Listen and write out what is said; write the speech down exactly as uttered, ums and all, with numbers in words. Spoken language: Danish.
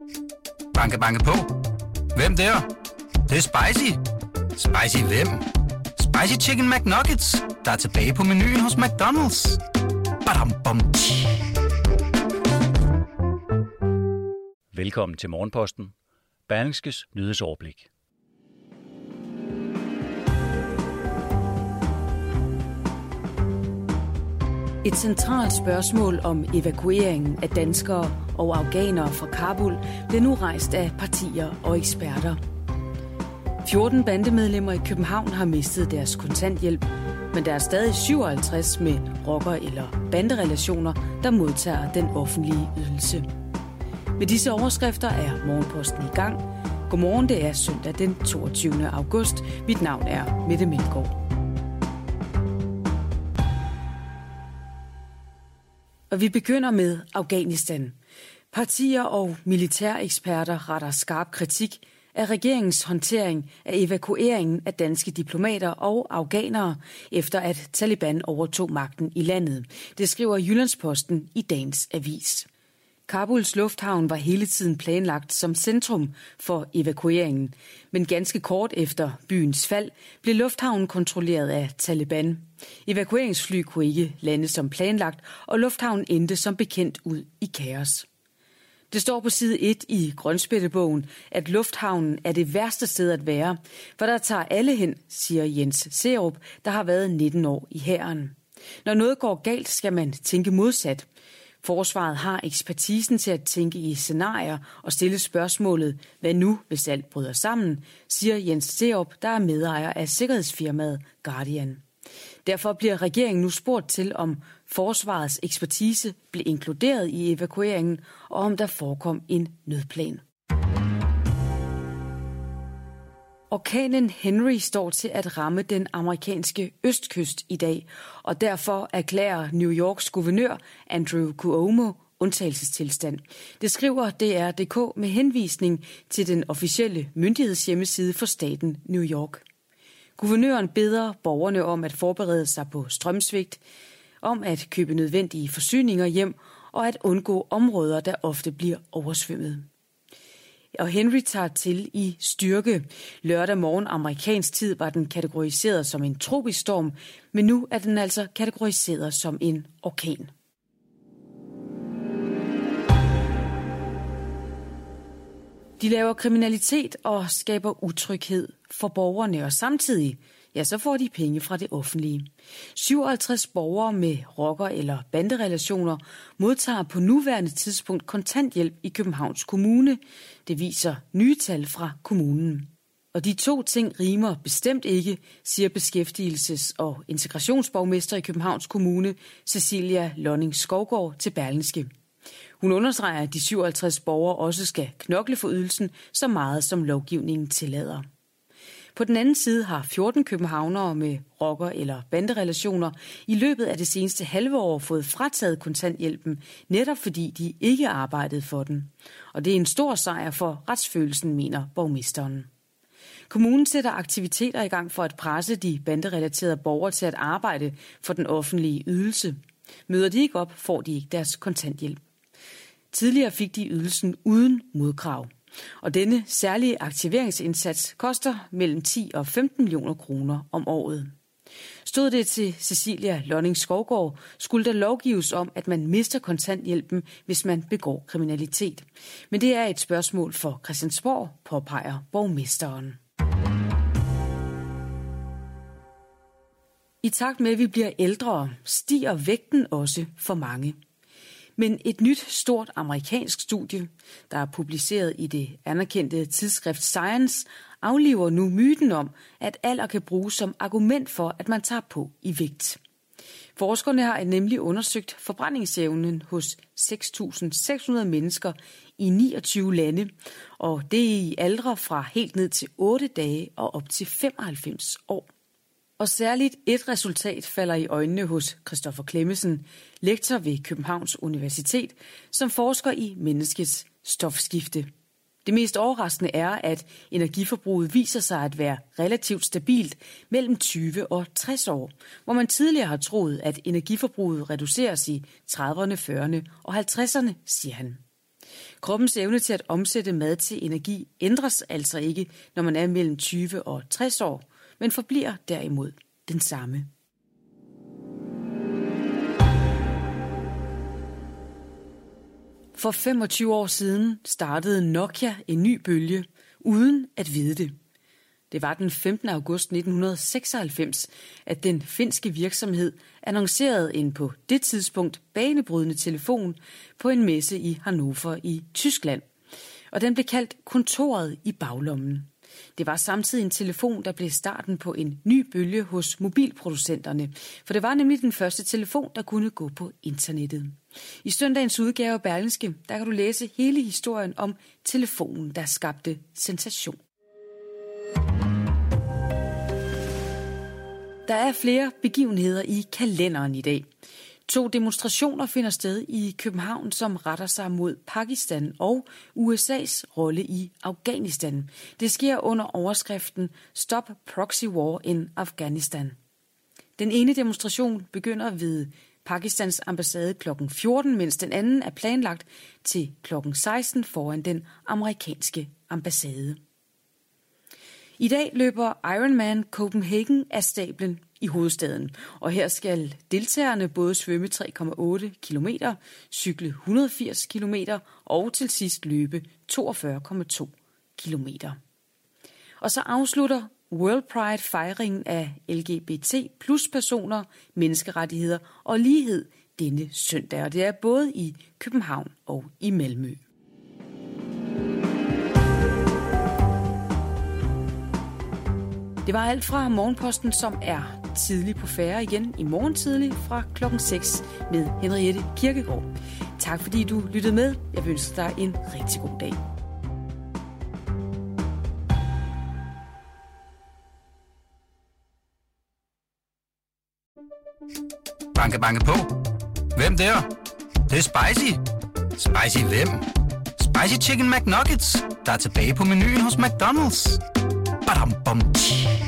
Banke, banke på. Hvem der? Det, det er spicy. Spicy hvem? Spicy Chicken McNuggets, der er tilbage på menuen hos McDonald's. Badum, bom, Velkommen til Morgenposten. Berlingskes nyhedsoverblik. Et centralt spørgsmål om evakueringen af danskere og afghanere fra Kabul bliver nu rejst af partier og eksperter. fjorten bandemedlemmer i København har mistet deres kontanthjælp, men der er stadig syvoghalvtreds med rocker- eller banderelationer, der modtager den offentlige ydelse. Med disse overskrifter er Morgenposten i gang. Godmorgen, det er søndag den toogtyvende august. Mit navn er Mette Melgaard. Og vi begynder med Afghanistan. Partier og militæreksperter retter skarp kritik af regeringens håndtering af evakueringen af danske diplomater og afghanere, efter at Taliban overtog magten i landet. Det skriver Jyllandsposten i dagens avis. Kabuls lufthavn var hele tiden planlagt som centrum for evakueringen, men ganske kort efter byens fald blev lufthavnen kontrolleret af Taliban. Evakueringsfly kunne ikke lande som planlagt, og lufthavnen endte som bekendt ud i kaos. Det står på side et i Grønspættebogen, at lufthavnen er det værste sted at være, for der tager alle hen, siger Jens Serup, der har været nitten år i hæren. Når noget går galt, skal man tænke modsat. Forsvaret har ekspertisen til at tænke i scenarier og stille spørgsmålet, hvad nu, hvis alt bryder sammen, siger Jens Serup, der er medejer af sikkerhedsfirmaet Guardian. Derfor bliver regeringen nu spurgt til, om forsvarets ekspertise blev inkluderet i evakueringen, og om der forekom en nødplan. Orkanen Henry står til at ramme den amerikanske østkyst i dag, og derfor erklærer New Yorks guvernør Andrew Cuomo undtagelsestilstand. Det skriver D R punktum D K med henvisning til den officielle myndighedshjemmeside for staten New York. Guvernøren beder borgerne om at forberede sig på strømsvigt, om at købe nødvendige forsyninger hjem og at undgå områder, der ofte bliver oversvømmet. Og Henry tager til i styrke. Lørdag morgen amerikansk tid var den kategoriseret som en tropisk storm, men nu er den altså kategoriseret som en orkan. De laver kriminalitet og skaber utryghed for borgerne, og samtidig ja, så får de penge fra det offentlige. syvoghalvtreds borgere med rocker- eller banderelationer modtager på nuværende tidspunkt kontanthjælp i Københavns Kommune. Det viser nye tal fra kommunen. Og de to ting rimer bestemt ikke, siger beskæftigelses- og integrationsborgmester i Københavns Kommune, Cecilia Lonning Skovgaard, til Berlingske. Hun understreger, at de syvoghalvtreds borgere også skal knokle for ydelsen så meget, som lovgivningen tillader. På den anden side har fjorten københavnere med rocker- eller banderelationer i løbet af det seneste halve år fået frataget kontanthjælpen, netop fordi de ikke arbejdede for den. Og det er en stor sejr for retsfølelsen, mener borgmesteren. Kommunen sætter aktiviteter i gang for at presse de banderelaterede borgere til at arbejde for den offentlige ydelse. Møder de ikke op, får de ikke deres kontanthjælp. Tidligere fik de ydelsen uden modkrav. Og denne særlige aktiveringsindsats koster mellem ti og femten millioner kroner om året. Stod det til Cecilia Lonning Skovgaard, skulle der lovgives om, at man mister kontanthjælpen, hvis man begår kriminalitet. Men det er et spørgsmål for Christiansborg, påpeger borgmesteren. I takt med, at vi bliver ældre, stiger vægten også for mange. Men et nyt stort amerikansk studie, der er publiceret i det anerkendte tidsskrift Science, afliver nu myten om, at alder kan bruges som argument for, at man tager på i vægt. Forskerne har nemlig undersøgt forbrændingsevnen hos seks tusind seks hundrede mennesker i niogtyve lande, og det er i aldre fra helt ned til otte dage og op til femoghalvfems år. Og særligt et resultat falder i øjnene hos Christoffer Clemmesen, lektor ved Københavns Universitet, som forsker i menneskets stofskifte. Det mest overraskende er, at energiforbruget viser sig at være relativt stabilt mellem tyve og tres år, hvor man tidligere har troet, at energiforbruget reduceres i trediverne, fyrrerne og halvtredserne, siger han. Kroppens evne til at omsætte mad til energi ændres altså ikke, når man er mellem tyve og tres år, men forbliver derimod den samme. For femogtyve år siden startede Nokia en ny bølge, uden at vide det. Det var den femtende august nitten seksoghalvfems, at den finske virksomhed annoncerede en på det tidspunkt banebrydende telefon på en messe i Hannover i Tyskland. Og den blev kaldt kontoret i baglommen. Det var samtidig en telefon, der blev starten på en ny bølge hos mobilproducenterne, for det var nemlig den første telefon, der kunne gå på internettet. I søndagens udgave af Berlingske, der kan du læse hele historien om telefonen, der skabte sensation. Der er flere begivenheder i kalenderen i dag. To demonstrationer finder sted i København, som retter sig mod Pakistan og U S A's rolle i Afghanistan. Det sker under overskriften Stop Proxy War in Afghanistan. Den ene demonstration begynder ved Pakistans ambassade klokken fjorten, mens den anden er planlagt til klokken seksten foran den amerikanske ambassade. I dag løber Ironman Copenhagen af stablen i hovedstaden, og her skal deltagerne både svømme tre komma otte kilometer, cykle et hundrede og firs kilometer og til sidst løbe toogfyrre komma to kilometer. Og så afslutter World Pride fejringen af L G B T plus personer, menneskerettigheder og lighed denne søndag, og det er både i København og i Malmø. Det var alt fra Morgenposten, som er tidlig på færre igen i morgen tidlig fra klokken seks med Henriette Kirkegaard. Tak fordi du lyttede med. Jeg ønsker dig en rigtig god dag. Banke, banke på. Hvem der? Det, det er spicy. Spicy hvem? Spicy Chicken McNuggets, der er tilbage på menuen hos McDonald's. Badum, bom, tji.